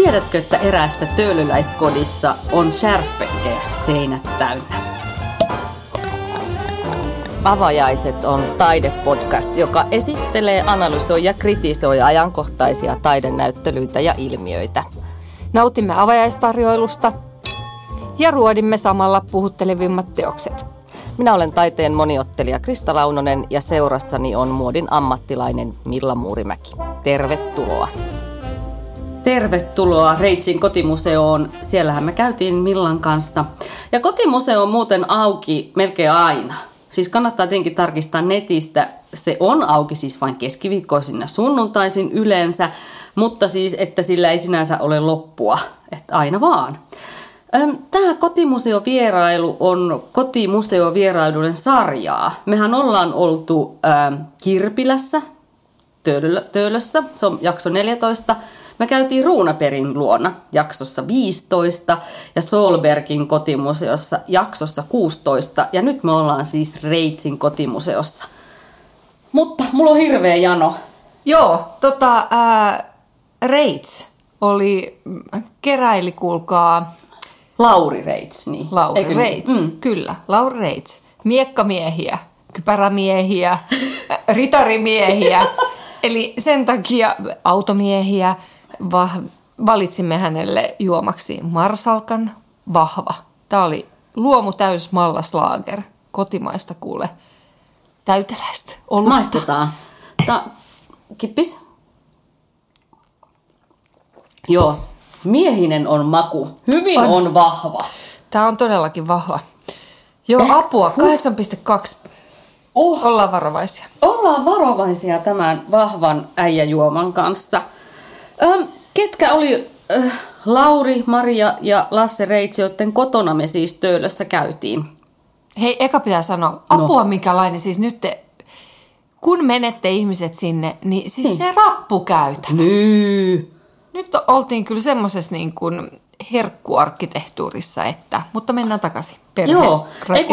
Tiedätkö, että eräässä töölöläiskodissa on särfpekkejä seinät täynnä? Avajaiset on taidepodcast, joka esittelee, analysoi ja kritisoi ajankohtaisia taidenäyttelyitä ja ilmiöitä. Nautimme avajaistarjoilusta ja ruodimme samalla puhuttelevimmat teokset. Minä olen taiteen moniottelija Krista Launonen ja seurassani on muodin ammattilainen Milla Muurimäki. Tervetuloa! Tervetuloa Reitsin kotimuseoon. Siellähän me käytiin Millan kanssa. Ja kotimuseo on muuten auki melkein aina. Siis kannattaa tietenkin tarkistaa netistä. Se on auki siis vain keskiviikkoisin ja sunnuntaisin yleensä, mutta siis, että sillä ei sinänsä ole loppua. Että aina vaan. Tämä kotimuseovierailu on kotimuseovierailuiden sarjaa. Mehän ollaan oltu Kirpilässä, Töölössä, se on jakso 14. Me käytiin Ruunaperin luona jaksossa 15 ja Solbergin kotimuseossa jaksossa 16. Ja nyt me ollaan siis Reitsin kotimuseossa. Mutta mulla on hirveä jano. Joo, Reits keräili, kuulkaa... Lauri Reits, niin. Lauri Reits, kyllä. Lauri Reits. Miekkamiehiä, kypärämiehiä, ritarimiehiä. Eli sen takia automiehiä valitsimme hänelle juomaksi Marsalkan vahva. Tämä oli luomu täys mallaslaager. Kotimaista kuule täyteläistä olutta. Maistetaan. Kippis. Joo. Miehinen on maku. Hyvin on vahva. Tämä on todellakin vahva. Joo, apua. 8,2. Ollaan varovaisia. Ollaan varovaisia tämän vahvan äijäjuoman kanssa. Ketkä oli Lauri, Maria ja Lasse Reitsi, joiden kotona me siis Töölössä käytiin? Hei, eka pitää sanoa, apua minkälainen. Siis nyt kun menette ihmiset sinne, niin siis se rappu käytä. Nyt oltiin kyllä semmoisessa niin kuin herkkuarkkitehtuurissa, mutta mennään takaisin perheen. Joo,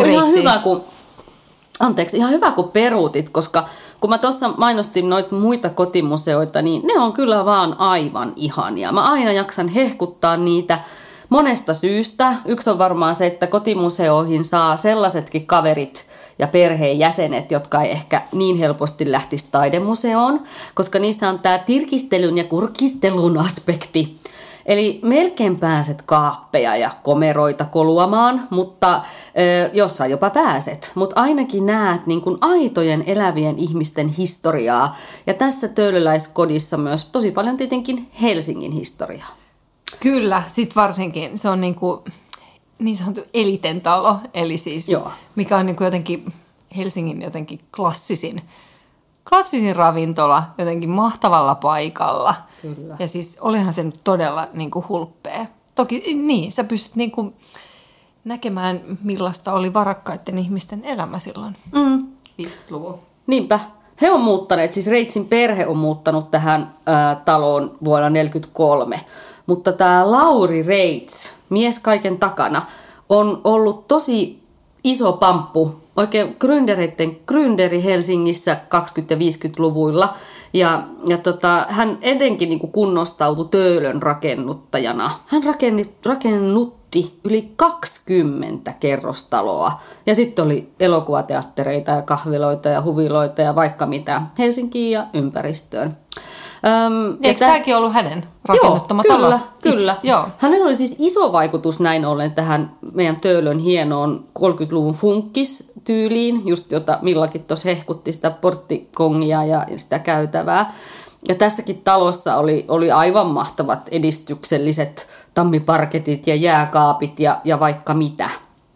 ihan hyvä kun peruutit, koska kun mä tuossa mainostin noita muita kotimuseoita, niin ne on kyllä vaan aivan ihania. Mä aina jaksan hehkuttaa niitä monesta syystä. Yksi on varmaan se, että kotimuseoihin saa sellaisetkin kaverit ja perheenjäsenet, jotka ei ehkä niin helposti lähtisi taidemuseoon, koska niissä on tämä tirkistelyn ja kurkistelun aspekti. Eli melkein pääset kaappeja ja komeroita koluamaan, mutta jossain jopa pääset. Mutta ainakin näet niin kuin aitojen elävien ihmisten historiaa. Ja tässä töölöläiskodissa myös tosi paljon tietenkin Helsingin historiaa. Kyllä, sit varsinkin se on niin sanottu eliten talo, eli siis mikä on jotenkin Helsingin jotenkin klassisin ravintola jotenkin mahtavalla paikalla. Kyllä. Ja siis olihan se nyt todella hulppea. Toki niin, sä pystyt näkemään millaista oli varakkaiden ihmisten elämä silloin 50-luvulla. Niinpä. He on muuttaneet, siis Reitsin perhe on muuttanut tähän taloon vuonna 1943. Mutta tämä Lauri Reits, mies kaiken takana, on ollut tosi iso pamppu, oikein gründeri Helsingissä 20- ja 50-luvuilla. Ja hän etenkin kunnostautui Töölön rakennuttajana. Hän rakennutti yli 20 kerrostaloa. Ja sitten oli elokuvateattereita ja kahviloita ja huviloita ja vaikka mitä Helsinkiin ja ympäristöön. Eikö tämäkin ollut hänen rakennuttama talo? Kyllä. Hänellä oli siis iso vaikutus näin ollen tähän meidän Töölön hienoon 30-luvun funkkistyyliin, just jota Millakin tuossa hehkutti sitä porttikongia ja sitä käytävää. Ja tässäkin talossa oli aivan mahtavat edistykselliset tammiparketit ja jääkaapit ja vaikka mitä.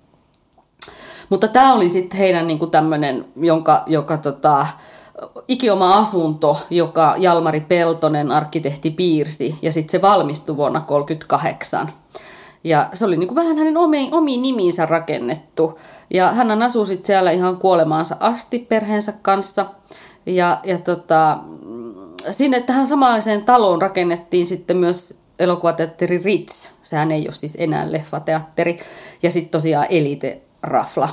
Mutta tämä oli sitten heidän tämmöinen, joka ikioma asunto, joka Jalmari Peltonen, arkkitehti, piirsi, ja sitten se valmistui vuonna 1938. Ja se oli vähän hänen omiin nimiinsä rakennettu. Ja hän asui sitten siellä ihan kuolemaansa asti perheensä kanssa. Ja sinne tähän samanlaiseen taloon rakennettiin sitten myös elokuvateatteri Ritz. Sehän ei ole siis enää leffateatteri. Ja sitten tosiaan Elite Rafla.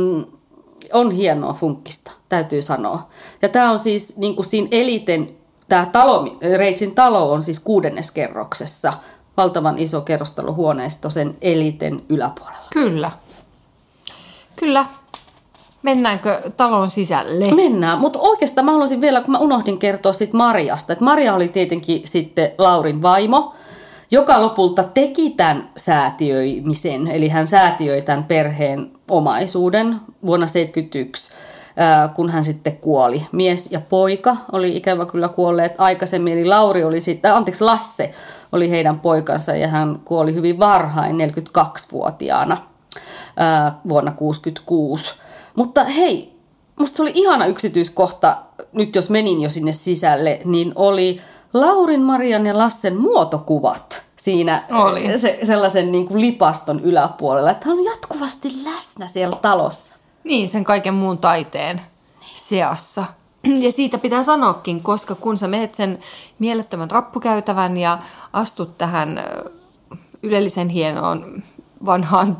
On hienoa funkkista, täytyy sanoa. Ja tämä on siis siinä Eliten, tämä Reitsin talo on siis 6. kerroksessa. valtavan iso kerrostalohuoneisto sen eliten yläpuolella. Kyllä. Mennäänkö talon sisälle? Mennään, mutta oikeastaan mä haluaisin vielä, kun mä unohdin kertoa siitä Mariasta, että Maria oli tietenkin sitten Laurin vaimo, joka lopulta teki tämän säätiöimisen, eli hän säätiöi tämän perheen omaisuuden vuonna 1971, kun hän sitten kuoli. Mies ja poika oli ikävä kyllä kuolleet aikaisemmin, eli Lasse oli heidän poikansa ja hän kuoli hyvin varhain 42-vuotiaana vuonna 1966. Mutta hei, musta se oli ihana yksityiskohta, nyt jos menin jo sinne sisälle, niin oli Laurin, Marian ja Lassen muotokuvat siinä sellaisen niin kuin lipaston yläpuolella, että hän on jatkuvasti läsnä siellä talossa. Niin, sen kaiken muun taiteen seassa. Ja siitä pitää sanoakin, koska kun sä menet sen mielettömän rappukäytävän ja astut tähän ylellisen hienoon vanhaan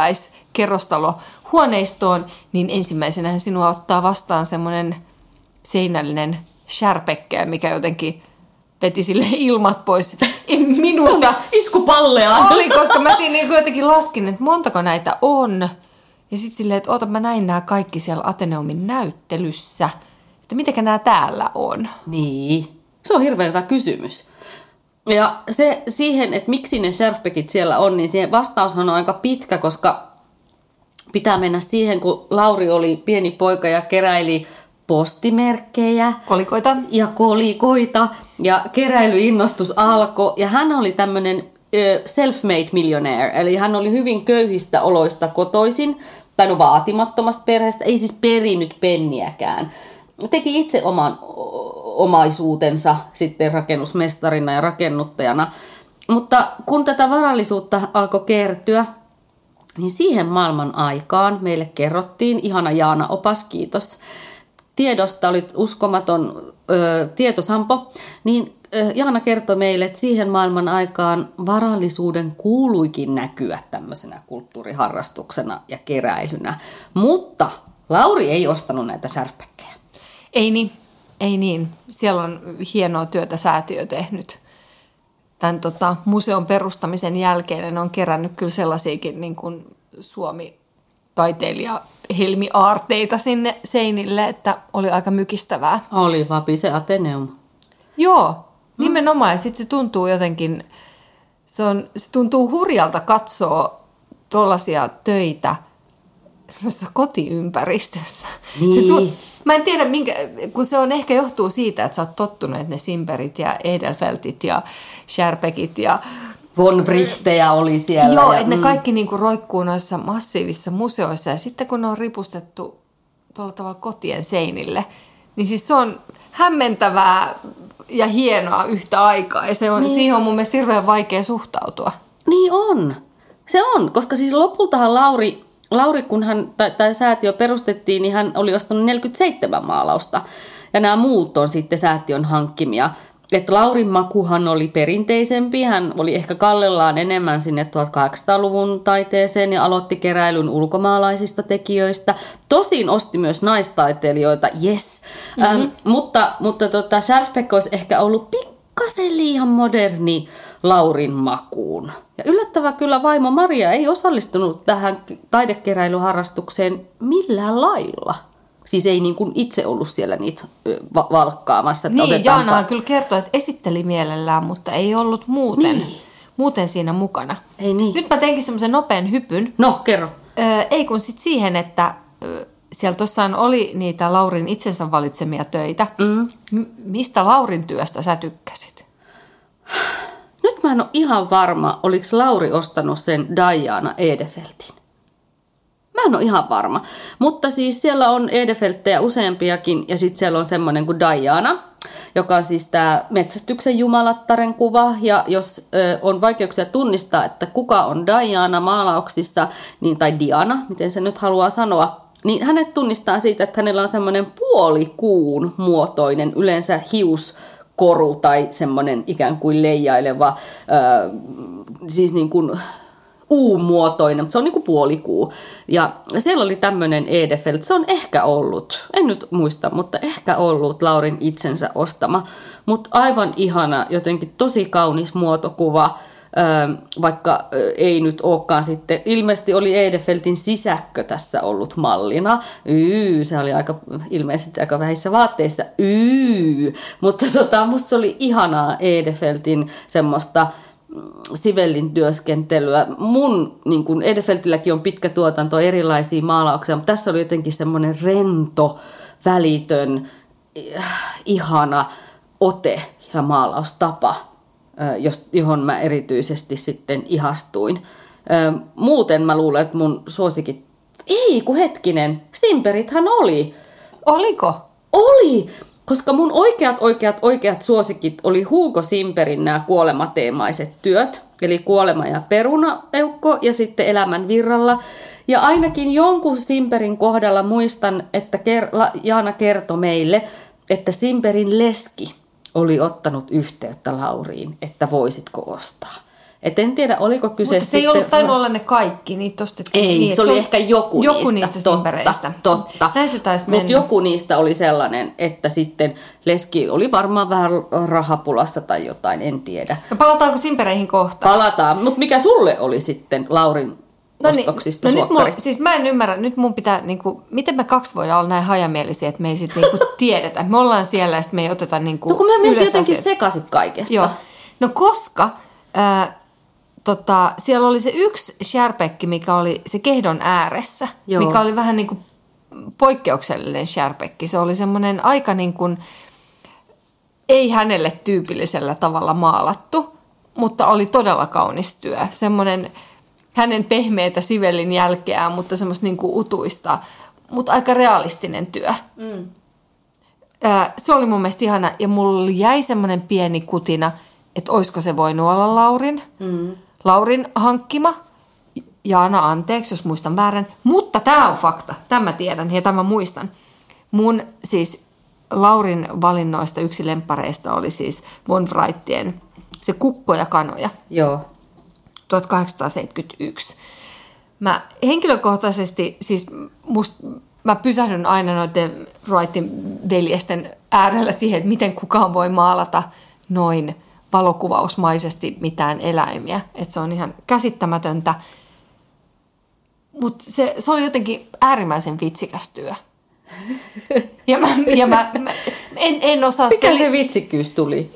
töölöläiskerrostalohuoneistoon, niin ensimmäisenä sinua ottaa vastaan semmoinen seinällinen shärpekkää, mikä jotenkin veti sille ilmat pois minusta. Iskupallea. Oli, koska mä siinä niin jotenkin laskin, että montako näitä on. Ja sitten silleen, että oota, mä näin nämä kaikki siellä Ateneumin näyttelyssä. Että mitenkä nämä täällä on? Niin, se on hirveän hyvä kysymys. Ja se siihen, että miksi ne shärpekit siellä on, niin siihen vastaushan on aika pitkä, koska pitää mennä siihen, kun Lauri oli pieni poika ja keräili postimerkkejä. Kolikoita. Ja keräilyinnostus alkoi. Ja hän oli tämmöinen self-made millionaire. Eli hän oli hyvin köyhistä oloista kotoisin. Tai no vaatimattomasta perheestä. Ei siis perinyt penniäkään. Teki itse oman omaisuutensa sitten rakennusmestarina ja rakennuttajana. Mutta kun tätä varallisuutta alkoi kertyä, niin siihen maailman aikaan meille kerrottiin, ihana Jaana-opas, kiitos tiedosta, olit uskomaton tietosampo, niin Jaana kertoi meille, että siihen maailman aikaan varallisuuden kuuluikin näkyä tämmöisenä kulttuuriharrastuksena ja keräilynä. Mutta Lauri ei ostanut näitä särpäkkejä. Ei niin. Siellä on hienoa työtä säätiö tehnyt. Tämän museon perustamisen jälkeen ne on kerännyt kyllä sellaisiakin niin kuin Suomi-taiteilija helmiaarteita sinne seinille, että oli aika mykistävää. Oli vapise Ateneum. Joo, nimenomaan. Ja sitten se tuntuu jotenkin, se tuntuu hurjalta katsoa tuollaisia töitä semmoisessa kotiympäristössä. Niin. Mä en tiedä, kun se on ehkä johtuu siitä, että sä oot tottunut, että ne Simperit ja Edelfeltit ja Schärpekit ja Von Wrichtejä oli siellä. Joo, että ne kaikki niinku roikkuu noissa massiivisissa museoissa ja sitten kun ne on ripustettu tuolla tavalla kotien seinille, niin siis se on hämmentävää ja hienoa yhtä aikaa ja siihen on mun mielestä hirveän vaikea suhtautua. Niin on. Se on, koska siis lopultahan Lauri, kun tämä säätiö perustettiin, niin hän oli ostanut 47 maalausta. Ja nämä muut on sitten säätiön hankkimia. Että Laurin makuhan oli perinteisempi. Hän oli ehkä kallellaan enemmän sinne 1800-luvun taiteeseen ja aloitti keräilyn ulkomaalaisista tekijöistä. Tosin osti myös naistaiteilijoita, yes. Mutta Schärfbeck olisi ehkä ollut pikkasen liian moderni Laurin makuun. Ja yllättävää kyllä vaimo Maria ei osallistunut tähän taidekeräilyharrastukseen millään lailla. Siis ei niin kuin itse ollut siellä niitä valkkaamassa. Niin, Jaanahan kyllä kertoi, että esitteli mielellään, mutta ei ollut muuten siinä mukana. Ei niin. Nyt mä teinkin semmoisen nopean hypyn. No, kerro. Ei kun sitten siihen, että siellä tuossaan oli niitä Laurin itsensä valitsemia töitä. Mistä Laurin työstä sä tykkäsit? Nyt mä en ole ihan varma, oliko Lauri ostanut sen Diana Edefeltin. Mä en ole ihan varma. Mutta siis siellä on Edefelttejä useampiakin ja sitten siellä on semmoinen kuin Diana, joka on siis tämä metsästyksen jumalattaren kuva. Ja jos on vaikeuksia tunnistaa, että kuka on Diana maalauksissa, niin, tai Diana, miten se nyt haluaa sanoa, niin hänet tunnistaa siitä, että hänellä on semmoinen puolikuun muotoinen, yleensä hiuskoru tai semmoinen ikään kuin leijaileva, siis niin kuin U-muotoinen, mutta se on niin kuin puolikuu. Ja siellä oli tämmöinen Edefeld, se on ehkä ollut, en nyt muista, mutta ehkä ollut Laurin itsensä ostama, mutta aivan ihana, jotenkin tosi kaunis muotokuva. vaikka ei nyt olekaan sitten. Ilmeisesti oli Edelfeltin sisäkkö tässä ollut mallina. Se oli ilmeisesti aika vähissä vaatteissa. Mutta musta se oli ihanaa Edelfeltin semmoista sivellin työskentelyä. Mun, niin kuin Edelfeltilläkin on pitkä tuotanto, erilaisia maalauksia, mutta tässä oli jotenkin semmoinen rento, välitön, ihana ote ja maalaustapa, johon mä erityisesti sitten ihastuin. Muuten mä luulen, että mun suosikit... Ei, kun hetkinen, Simperithän oli. Oliko? Oli! Koska mun oikeat suosikit oli Hugo Simperin nämä kuolemateemaiset työt, eli Kuolema ja perunaeukko ja sitten Elämän virralla. Ja ainakin jonkun Simperin kohdalla muistan, että Jaana kertoi meille, että Simperin leski oli ottanut yhteyttä Lauriin, että voisitko ostaa. Et en tiedä, oliko kyse mutta se ei ollut tainnut olla ne kaikki, niitä ostettiin. Ei, niin, se oli ehkä joku niistä Simpereistä. Totta. Näin se taisi mennä. Mutta joku niistä oli sellainen, että sitten leski oli varmaan vähän rahapulassa tai jotain, en tiedä. No palataanko Simpereihin kohta? Palataan, mutta mikä sulle oli sitten Laurin ostoksista suokkari? Siis mä en ymmärrä, nyt mun pitää, miten me kaksi voidaan olla näin hajamielisiä, että me ei sitten tiedetä. Me ollaan siellä ja sitten me ei oteta No kun mä mietin jotenkin sekaisin kaikesta. Joo. No koska... siellä oli se yksi Sherpekki, mikä oli se kehdon ääressä, Joo. mikä oli vähän niin kuin poikkeuksellinen Sherpekki. Se oli semmoinen aika niin kuin, ei hänelle tyypillisellä tavalla maalattu, mutta oli todella kaunis työ. Semmoinen hänen pehmeätä sivellin jälkeään, mutta semmoista niin kuin utuista, mutta aika realistinen työ. Mm. Se oli mun mielestä ihana ja mulla jäi semmoinen pieni kutina, että olisiko se voinut olla Laurin. Mm. Laurin hankkima. Jaana, anteeksi, jos muistan väärän. Mutta tämä on fakta. Tämä tiedän ja tämä muistan. Mun siis Laurin valinnoista yksi lemppareista oli siis Von Wrightien se Kukko ja kanoja. Joo. 1871. Mä henkilökohtaisesti, siis mä pysähdyn aina noiden Wrightin veljesten äärellä siihen, että miten kukaan voi maalata noin valokuvausmaisesti mitään eläimiä. Että se on ihan käsittämätöntä. Mutta se oli jotenkin äärimmäisen vitsikäs työ. Ja mä en osaa... Mikä se vitsikkyys tuli?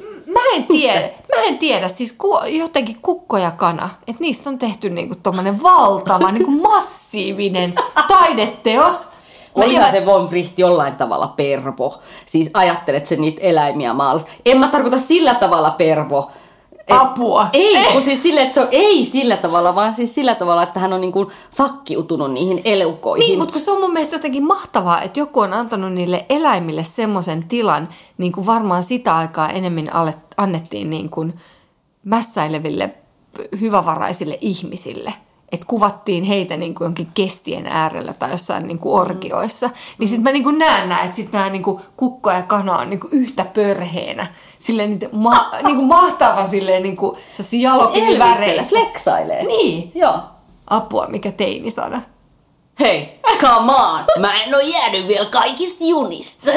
Mä en tiedä. Siis jotenkin Kukko ja kana. Että niistä on tehty niinku tommonen valtava, niinku massiivinen taideteos. Olihan se Von Wright jollain tavalla pervo. Siis ajattelet sen niitä eläimiä maalassa. En mä tarkoita sillä tavalla pervo. Apua. Ei, siis sille, että se on, ei sillä tavalla, vaan siis sillä tavalla, että hän on niin kuin fakkiutunut niihin elukoihin. Niin, mutta se on mun mielestä jotenkin mahtavaa, että joku on antanut niille eläimille semmoisen tilan, niin kuin varmaan sitä aikaa enemmän annettiin niin kuin mässäileville, hyvävaraisille ihmisille. Että kuvattiin heitä niin kuin jonkin kestien äärellä tai jossain niin kuin orgioissa. Niin sitten mä niin kuin näen että sitten nämä niin kuin Kukko ja kana on niin kuin yhtä pörheenä. Silleen niin kuin mahtava silleen niin kuin jalokin väreissä. Fleksailee. Niin. Joo. Apua, mikä teinisana. Hei, come on! Mä en oo jäänyt vielä kaikista junista.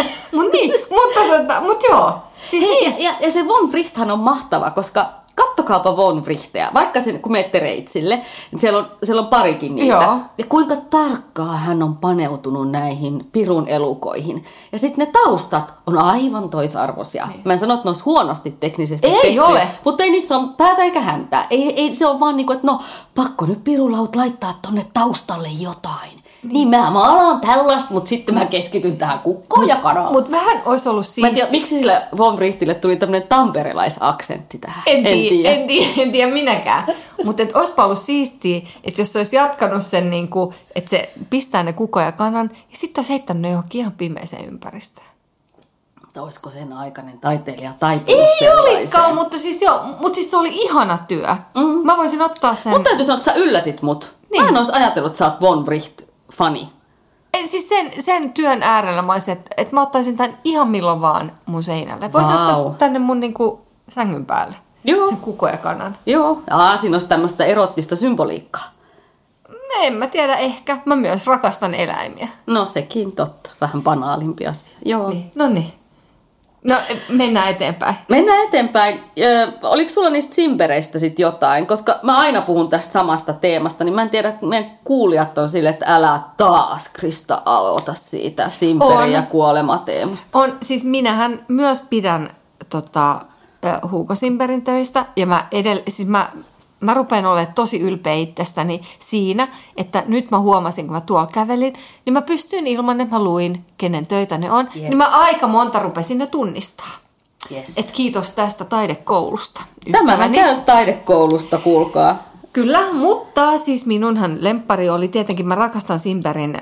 Mutta joo. Siis hei, niin. ja se Von Wrighthan on mahtava, koska kattokaapa Von Wrightia. Vaikka kun menette reitsille, niin siellä on parikin niitä. Joo. Ja kuinka tarkkaan hän on paneutunut näihin pirun elukoihin. Ja sitten ne taustat on aivan toisarvoisia. Niin. Mä en sano, että ne olisi huonosti teknisesti tehty. Ei ole. Mutta ei niissä ole päätä eikä häntää. Ei, se on vaan niin kuin, että pakko nyt pirulaut laittaa tonne taustalle jotain. Niin mä maalaan tällaista, mutta sitten mä keskityn tähän Kukkoon ja kanaan. Mutta vähän olisi ollut siistiä. Mä en tiedä, miksi sillä Von Wrightille tuli tämmöinen tamperelaisaksentti tähän. En tiedä minäkään. Mutta olisipa ollut siistiä, että jos se olisi jatkanut sen, niin kuin, että se pistää ne Kukko ja kanan, ja sitten olisi heittänyt ne johonkin ihan pimeäseen ympäristöön. Mutta olisiko sen aikainen taiteilija taipunut sellaiseen? Ei olisikaan, mutta siis se oli ihana työ. Mm. Mä voisin ottaa sen. Mutta täytyy sanoa, että sä yllätit mut. Niin. Mä en olisi ajatellut, että sä oot Von Wright-fani. Siis sen työn äärellä mä olisin, että mä ottaisin tämän ihan milloin vaan mun seinälle. Voisin ottaa tänne mun niinku sängyn päälle. Joo. Sen Kukko ja kanan. Joo. Siinä olisi tämmöistä erottista symboliikkaa. En mä tiedä ehkä. Mä myös rakastan eläimiä. No sekin totta. Vähän banaalimpia asia. Joo. Niin. No niin. No, mennään eteenpäin. Mennään eteenpäin. Oliko sulla niistä simpereistä sitten jotain? Koska mä aina puhun tästä samasta teemasta, niin mä en tiedä, meidän kuulijat on silleen, että älä taas, Krista, aloita siitä simperi- ja kuolemateemasta. On, siis minähän myös pidän Hugo Simperin töistä, ja mä rupean olemaan tosi ylpeä itsestäni siinä, että nyt mä huomasin, kun mä tuolla kävelin, niin mä pystyin ilman, että mä luin, kenen töitä ne on, niin mä aika monta rupesin ne tunnistaa. Yes. Et kiitos tästä taidekoulusta. Tämähän käy taidekoulusta, kuulkaa. Kyllä, mutta siis minunhan lemppari oli, tietenkin mä rakastan Simperin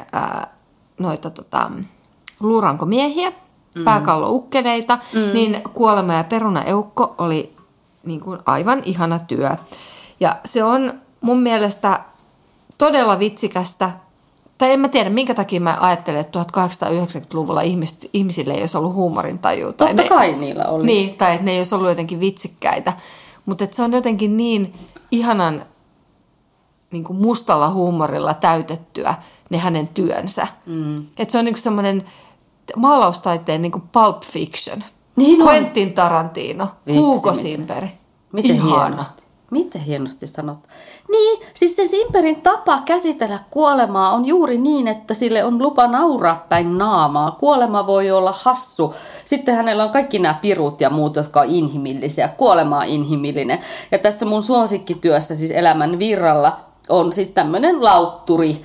luurankomiehiä, pääkalloukkeleita, niin Kuolema ja perunaeukko oli niin kuin aivan ihana työ. Ja se on mun mielestä todella vitsikästä, tai en mä tiedä minkä takia mä ajattelen, että 1890-luvulla ihmisille ei olisi ollut huumorintaju. Totta kai niillä oli. Niin, tai että ne ei olisi ollut jotenkin vitsikkäitä. Mutta se on jotenkin niin ihanan niin kuin mustalla huumorilla täytettyä ne hänen työnsä. Että se on niin kuin semmoinen maalaustaiteen niin kuin Pulp Fiction. Niin Quentin Tarantino, Hugo Simperi. Miten hienosti sanot. Niin, siis se Simperin tapa käsitellä kuolemaa on juuri niin, että sille on lupa nauraa päin naamaa. Kuolema voi olla hassu. Sitten hänellä on kaikki nämä pirut ja muut, jotka on inhimillisiä. Kuolema on inhimillinen. Ja tässä mun suosikkityössä, siis Elämän virralla, on siis tämmöinen lautturi,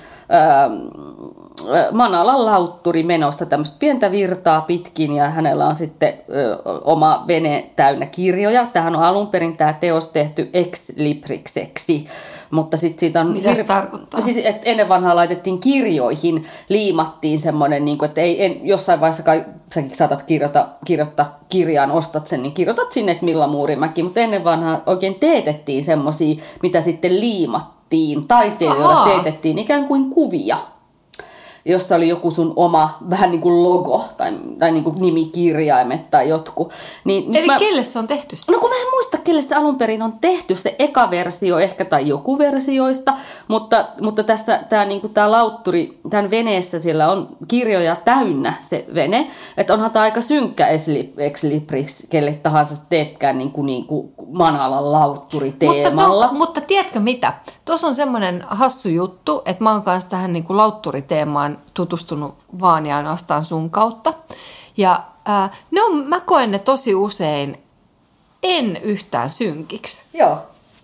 Manalan lautturi menossa tämmöistä pientä virtaa pitkin ja hänellä on sitten oma vene täynnä kirjoja. Tämähän on alun perin tämä teos tehty ex-librikseksi, mutta sitten siitä on... Mitä se tarkoittaa? Siis, että ennen vanhaa laitettiin kirjoihin, liimattiin semmoinen, niin kuin, että jossain vaiheessa kai säkin saatat kirjoittaa kirjaan, ostat sen, niin kirjoitat sinne, että Milla Muurimäki, mutta ennen vanhaa oikein teetettiin semmoisia, mitä sitten liimattiin, taiteilijoilla teetettiin ikään kuin kuvia, jossa oli joku sun oma vähän niin kuin logo tai niin kuin nimikirjaimet tai jotkut. Niin eli kelle se on tehty se? No kun mä en muista, kelle se alun perin on tehty, se eka versio ehkä tai joku versioista, mutta tässä tämä lautturi, tämän veneessä siellä on kirjoja täynnä se vene, että onhan tämä aika synkkä ex-libris, kelle tahansa teetkään niin kuin Manalan lautturi-teemalla. Mutta tiedätkö mitä? Tuossa on semmoinen hassu juttu, että mä oon kanssa tähän niin kuin lautturiteemaan tutustunut vaan ja ainoastaan sun kautta. Ja mä koen ne tosi usein en yhtään synkiksi. Joo.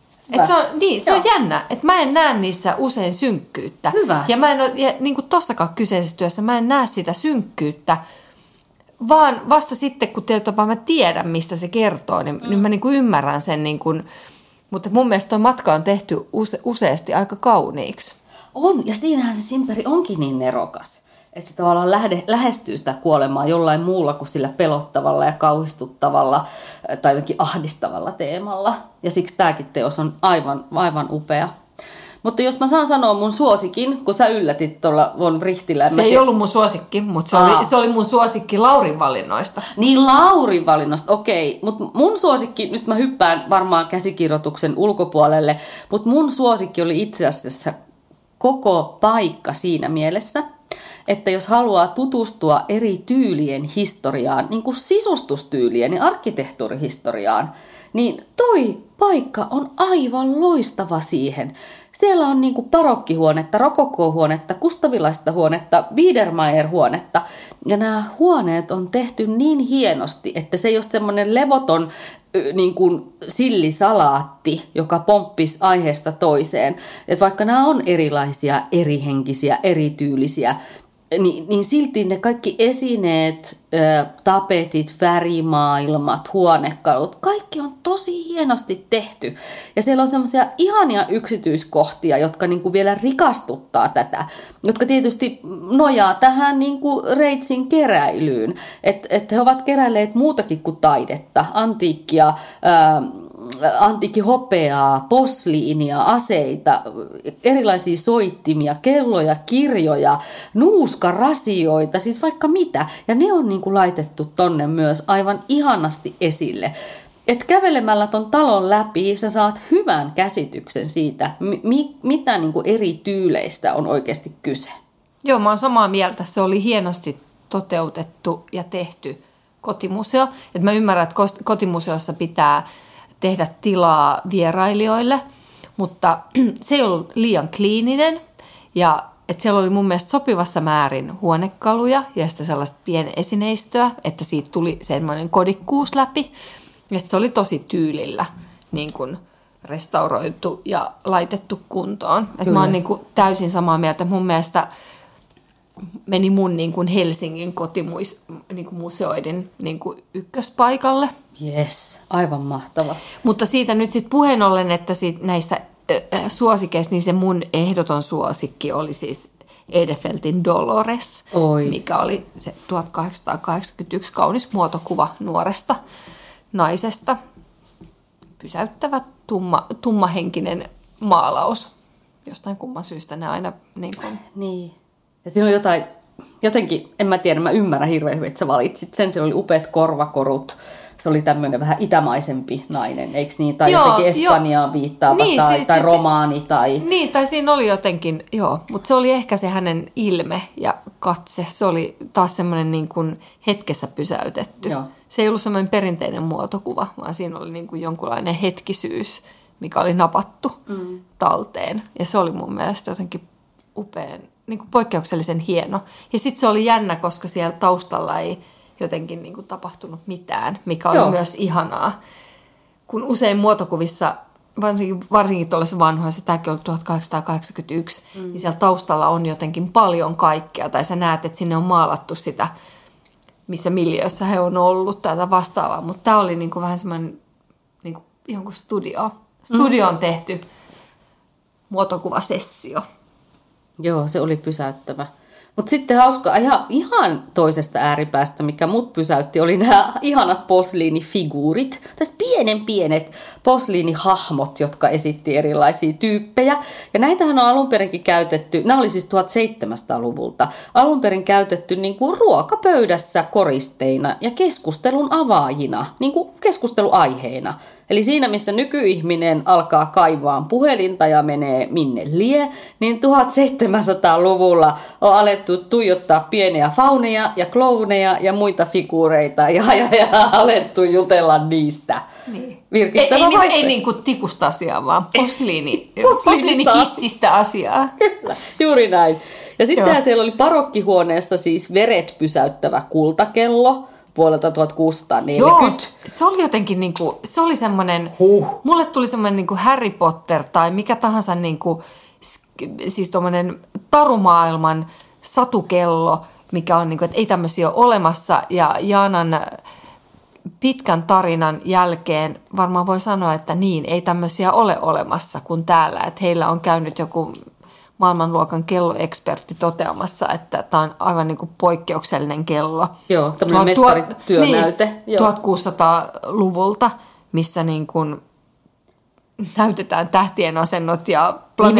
Se on jännä, että mä en näe niissä usein synkkyyttä. Hyvä. Ja niin kuin tossakaan kyseisessä työssä mä en näe sitä synkkyyttä, vaan vasta sitten, kun mä tiedän, mistä se kertoo, niin mä niin kuin ymmärrän sen. Niin kuin, mutta mun mielestä tuo matka on tehty useasti aika kauniiksi. On, ja siinähän se Simperi onkin niin nerokas, että se tavallaan lähestyy sitä kuolemaa jollain muulla kuin sillä pelottavalla ja kauhistuttavalla tai jotenkin ahdistavalla teemalla. Ja siksi tämäkin teos on aivan upea. Mutta jos mä saan sanoa mun suosikin, kun sä yllätit tuolla Von Wrichtillä. Se ei ollut mun suosikki, mutta se oli mun suosikki Laurin valinnoista. Niin, Laurin valinnoista, okei. Mutta mun suosikki, nyt mä hyppään varmaan käsikirjoituksen ulkopuolelle, mutta mun suosikki oli itse asiassa koko paikka siinä mielessä, että jos haluaa tutustua eri tyylien historiaan, niin kuin sisustustyylien ja arkkitehtuurihistoriaan, niin toi paikka on aivan loistava siihen. Siellä on niin kuin barokkihuonetta, rokokkohuonetta, kustavilaista huonetta, Biedermeier-huonetta. Ja nämä huoneet on tehty niin hienosti, että se ei ole semmoinen levoton niin kuin sillisalaatti, joka pomppisi aiheesta toiseen. Että vaikka nämä on erilaisia, erihenkisiä, erityylisiä, niin silti ne kaikki esineet, tapetit, värimaailmat, huonekalut, kaikki on tosi hienosti tehty. Ja siellä on semmoisia ihania yksityiskohtia, jotka niinku vielä rikastuttaa tätä, jotka tietysti nojaa tähän niinku Reitsin keräilyyn. Että he ovat keräilleet muutakin kuin taidetta, antiikkia, antiikkihopeaa, posliinia, aseita, erilaisia soittimia, kelloja, kirjoja, nuuskarasioita, siis vaikka mitä. Ja ne on niin kuin laitettu tonne myös aivan ihanasti esille. Et kävelemällä ton talon läpi sä saat hyvän käsityksen siitä, mitä niin kuin eri tyyleistä on oikeasti kyse. Joo, mä oon samaa mieltä. Se oli hienosti toteutettu ja tehty kotimuseo. Että mä ymmärrän, että kotimuseossa pitää tehdä tilaa vierailijoille, mutta se ei ollut liian kliininen ja että siellä oli mun mielestä sopivassa määrin huonekaluja ja sitten sellaista esineistöä, että siitä tuli semmoinen kodikkuus läpi. Ja se oli tosi tyylillä niin kuin restauroitu ja laitettu kuntoon. Että mä oon niin kuin täysin samaa mieltä. Mun mielestä meni mun niin kuin Helsingin kotimuseoiden niin kuin ykköspaikalle. Yes, aivan mahtava. Mutta siitä nyt sitten puheen ollen, että näistä suosikeista, niin se mun ehdoton suosikki oli siis Edefeltin Dolores, mikä oli se 1881 kaunis muotokuva nuoresta naisesta. Pysäyttävä, tummahenkinen maalaus. Jostain kumman syystä ne aina niin kuin... Niin. Ja siinä on jotenkin, en mä tiedä, mä ymmärrän hirveän hyvin, että sä valitsit sen. Siellä oli upeat korvakorut. Se oli tämmöinen vähän itämaisempi nainen, eikö niin? Tai jotenkin Espanjaan viittaava niin, tai romaani. Niin, tai siinä oli jotenkin, mutta se oli ehkä se hänen ilme ja katse. Se oli taas semmoinen niin kuin hetkessä pysäytetty. Joo. Se ei ollut semmoinen perinteinen muotokuva, vaan siinä oli niin kuin jonkunlainen hetkisyys, mikä oli napattu talteen. Ja se oli mun mielestä jotenkin upean, niin kuin poikkeuksellisen hieno. Ja sitten se oli jännä, koska siellä taustalla ei jotenkin niin kuin tapahtunut mitään, mikä oli myös ihanaa. Kun usein muotokuvissa, varsinkin tuollaisessa vanhoissa, tämäkin oli 1881, niin siellä taustalla on jotenkin paljon kaikkea. Tai sä näet, että sinne on maalattu sitä, missä miljöissä he on ollut tai vastaavaa. Mutta tämä oli niin kuin vähän semmoinen niin kuin jonkun studio. Studio on tehty muotokuvasessio. Joo, se oli pysäyttävä. Mutta sitten hauska, ihan toisesta ääripäästä, mikä mut pysäytti, oli nämä ihanat posliinifiguurit. Tästä pienet posliinihahmot, jotka esitti erilaisia tyyppejä. Ja näitähän on alun perinkin käytetty, nämä oli siis 1700-luvulta, alun perin käytetty niin kuin ruokapöydässä koristeina ja keskustelun avaajina, niin kuin keskusteluaiheena. Eli siinä, missä nykyihminen alkaa kaivaa puhelinta ja menee minne lie, niin 1700-luvulla on alettu tuijottaa pieniä fauneja ja klouneja ja muita figuureita ja alettu jutella niistä. Niin. Ei niin kuin tikusta asiaa, vaan posliinikissistä asiaa. Kyllä, juuri näin. Ja sittenhän siellä oli barokkihuoneessa siis veret pysäyttävä kultakello vuodelta 1640. Joo, se oli jotenkin niinku, se oli semmoinen, mulle tuli semmoinen niinku Harry Potter tai mikä tahansa niinku, siis tommoinen tarumaailman satukello, mikä on niinku, että ei tämmöisiä ole olemassa. Ja Jaanan pitkän tarinan jälkeen varmaan voi sanoa, että niin, ei tämmöisiä ole olemassa kuin täällä. Että heillä on käynyt joku maailmanluokan kelloekspertti toteamassa, että tämä on aivan niin kuin poikkeuksellinen kello. Joo, tämmöinen mestarityönäyte. Niin, 1600-luvulta, missä niin kuin näytetään tähtien asennot ja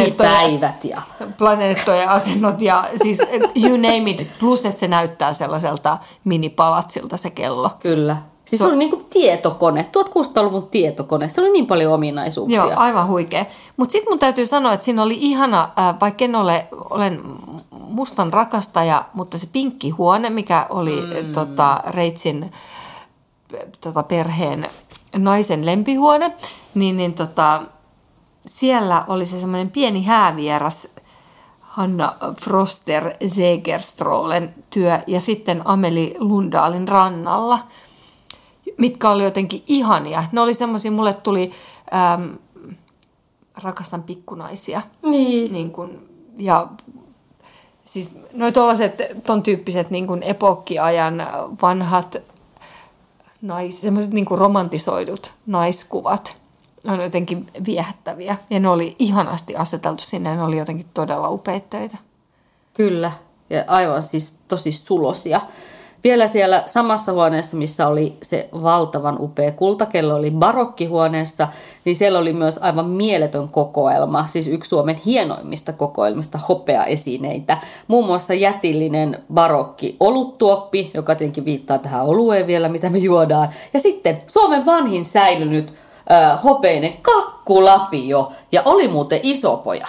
planeettojen asennot ja siis you name it. Plus, että se näyttää sellaiselta minipalatsilta se kello. Kyllä. Siis se oli niin kuin tietokone, 1600-luvun tietokone. Se oli niin paljon ominaisuuksia. Joo, aivan huikea. Mutta sitten mun täytyy sanoa, että siinä oli ihana, vaikka olen mustan rakastaja, mutta se pinkki huone, mikä oli Reitsin perheen naisen lempihuone, niin siellä oli se semmoinen pieni häävieras Hanna Froster Segerstrålen työ ja sitten Ameli Lundalin rannalla, mitkä oli jotenkin ihania. Ne oli semmoisia, mulle tuli rakastan pikkunaisia. Niin kun, ja siis noi tollaset, ton tyyppiset niin kun epokkiajan vanhat semmoiset niin kun romantisoidut naiskuvat on jotenkin viehättäviä. Ja ne oli ihanasti aseteltu sinne ja ne oli jotenkin todella upeita töitä. Kyllä, ja aivan siis tosi sulosia. Vielä siellä samassa huoneessa, missä oli se valtavan upea kultakello, oli barokkihuoneessa, niin siellä oli myös aivan mieletön kokoelma, siis yksi Suomen hienoimmista kokoelmista hopeaesineitä. Muun muassa jätillinen barokki oluttuoppi, joka tietenkin viittaa tähän olueen vielä, mitä me juodaan. Ja sitten Suomen vanhin säilynyt hopeinen kakkulapio, ja oli muuten isopojat.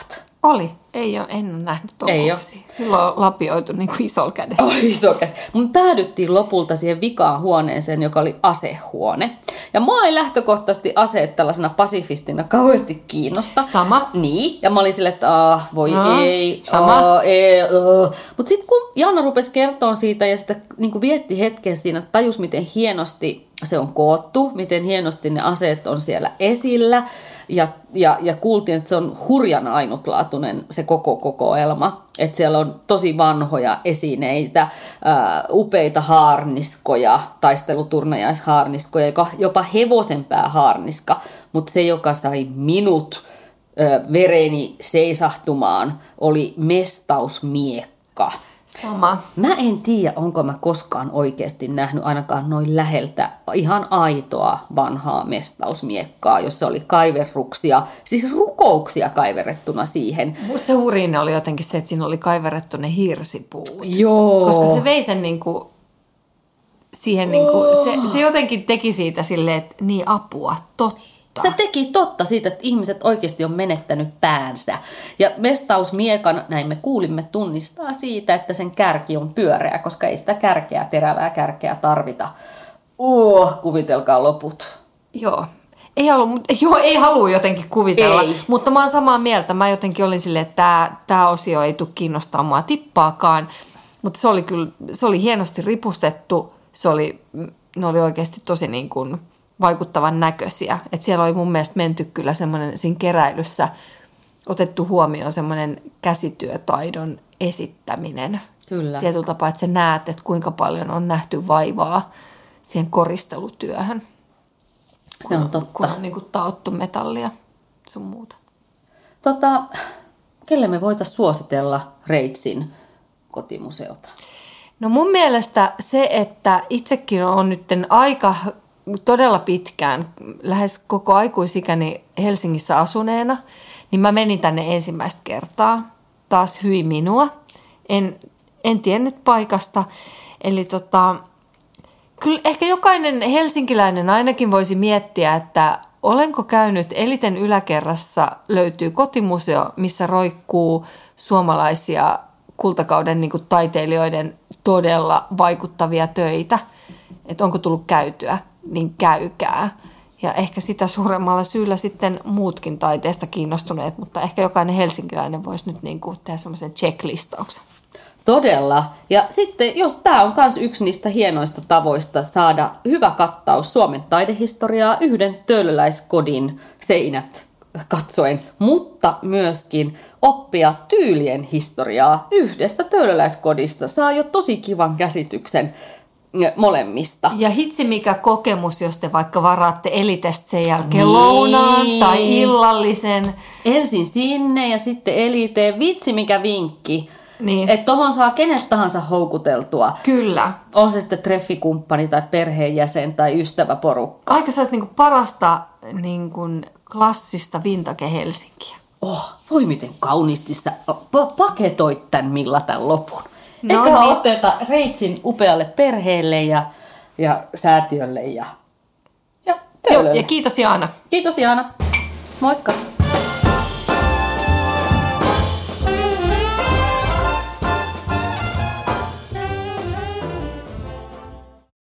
Oli. En ole nähnyt toukoksia. Silloin on lapioitu niin kuin isolla kädellä. Oli iso käsi. Mutta päädyttiin lopulta siihen vikaan huoneeseen, joka oli asehuone. Ja mua ei lähtökohtaisesti aseet tällaisena pasifistina kauheasti kiinnosta. Sama. Niin. Ja mä olin silleen, että ei. Sama. Mutta sitten kun Jaana rupesi kertoa siitä ja sitä niin vietti hetken siinä, tajus miten hienosti se on koottu, miten hienosti ne aseet on siellä esillä. Ja kuultiin, että se on hurjan ainutlaatuinen se koko kokoelma. Että siellä on tosi vanhoja esineitä, upeita haarniskoja, taisteluturnajaishaarniskoja, jopa hevosenpää haarniska. Mutta se, joka sai minut vereni seisahtumaan, oli mestausmiekka. Sama. Mä en tiedä, onko mä koskaan oikeasti nähnyt ainakaan noin läheltä ihan aitoa vanhaa mestausmiekkaa, jossa oli kaiverruksia, siis rukouksia kaiverrettuna siihen. Musta se hurjin oli jotenkin se, että siinä oli kaiverrettu ne hirsipuut. Joo. Koska se vei sen niinku, siihen niinku, se jotenkin teki siitä silleen, että niin apua, totta. Se teki totta siitä, että ihmiset oikeasti on menettänyt päänsä. Ja mestausmiekan, näin me kuulimme, tunnistaa siitä, että sen kärki on pyöreä, koska ei sitä terävää kärkeä tarvita. Kuvitelkaa loput. Joo. Ei halua jotenkin kuvitella, mutta mä oon samaa mieltä. Mä jotenkin olin silleen, että tämä osio ei tule kiinnostaa mua tippaakaan, mutta se oli hienosti ripustettu. Ne oli oikeasti tosi niin kuin vaikuttavan näköisiä. Että siellä oli mun mielestä menty kyllä semmoinen siinä keräilyssä otettu huomioon semmoinen käsityötaidon esittäminen. Kyllä. Tietyllä tapaa, että sä näet, että kuinka paljon on nähty vaivaa siihen koristelutyöhön. Se on totta. Kun on niin kuin taottu metallia sun muuta. Kelle me voitaisiin suositella Reitsin kotimuseota? No mun mielestä se, että itsekin on nyt aika todella pitkään, lähes koko aikuisikäni Helsingissä asuneena, niin mä menin tänne ensimmäistä kertaa. Taas hyi minua. En tiennyt paikasta. Eli kyllä ehkä jokainen helsinkiläinen ainakin voisi miettiä, että olenko käynyt Eliten yläkerrassa löytyy kotimuseo, missä roikkuu suomalaisia kultakauden niin kuin taiteilijoiden todella vaikuttavia töitä. Että onko tullut käytyä, niin käykää. Ja ehkä sitä suuremmalla syyllä sitten muutkin taiteesta kiinnostuneet, mutta ehkä jokainen helsinkiläinen voisi nyt niin kuin tehdä semmoisen checklistauksen. Todella. Ja sitten, jos tämä on myös yksi niistä hienoista tavoista saada hyvä kattaus Suomen taidehistoriaa yhden töölöläiskodin seinät katsoen, mutta myöskin oppia tyylien historiaa yhdestä töölöläiskodista. Saa jo tosi kivan käsityksen molemmista. Ja hitsi mikä kokemus, jos te vaikka varaatte Elitestä sen jälkeen lounaan tai illallisen. Ensin sinne ja sitten Eliteen. Vitsi mikä vinkki. Niin. Että tohon saa kenet tahansa houkuteltua. Kyllä. On se sitten treffikumppani tai perheenjäsen tai ystäväporukka. Aika sellaista niin parasta niin kuin klassista vintage Helsinkiä. Voi miten kauniisti sä paketoit tämän Milla tämän lopun. No Eikä niin. oteta Reitsin upealle perheelle ja säätiölle ja Joo, ja kiitos Jaana. Kiitos Jaana. Moikka.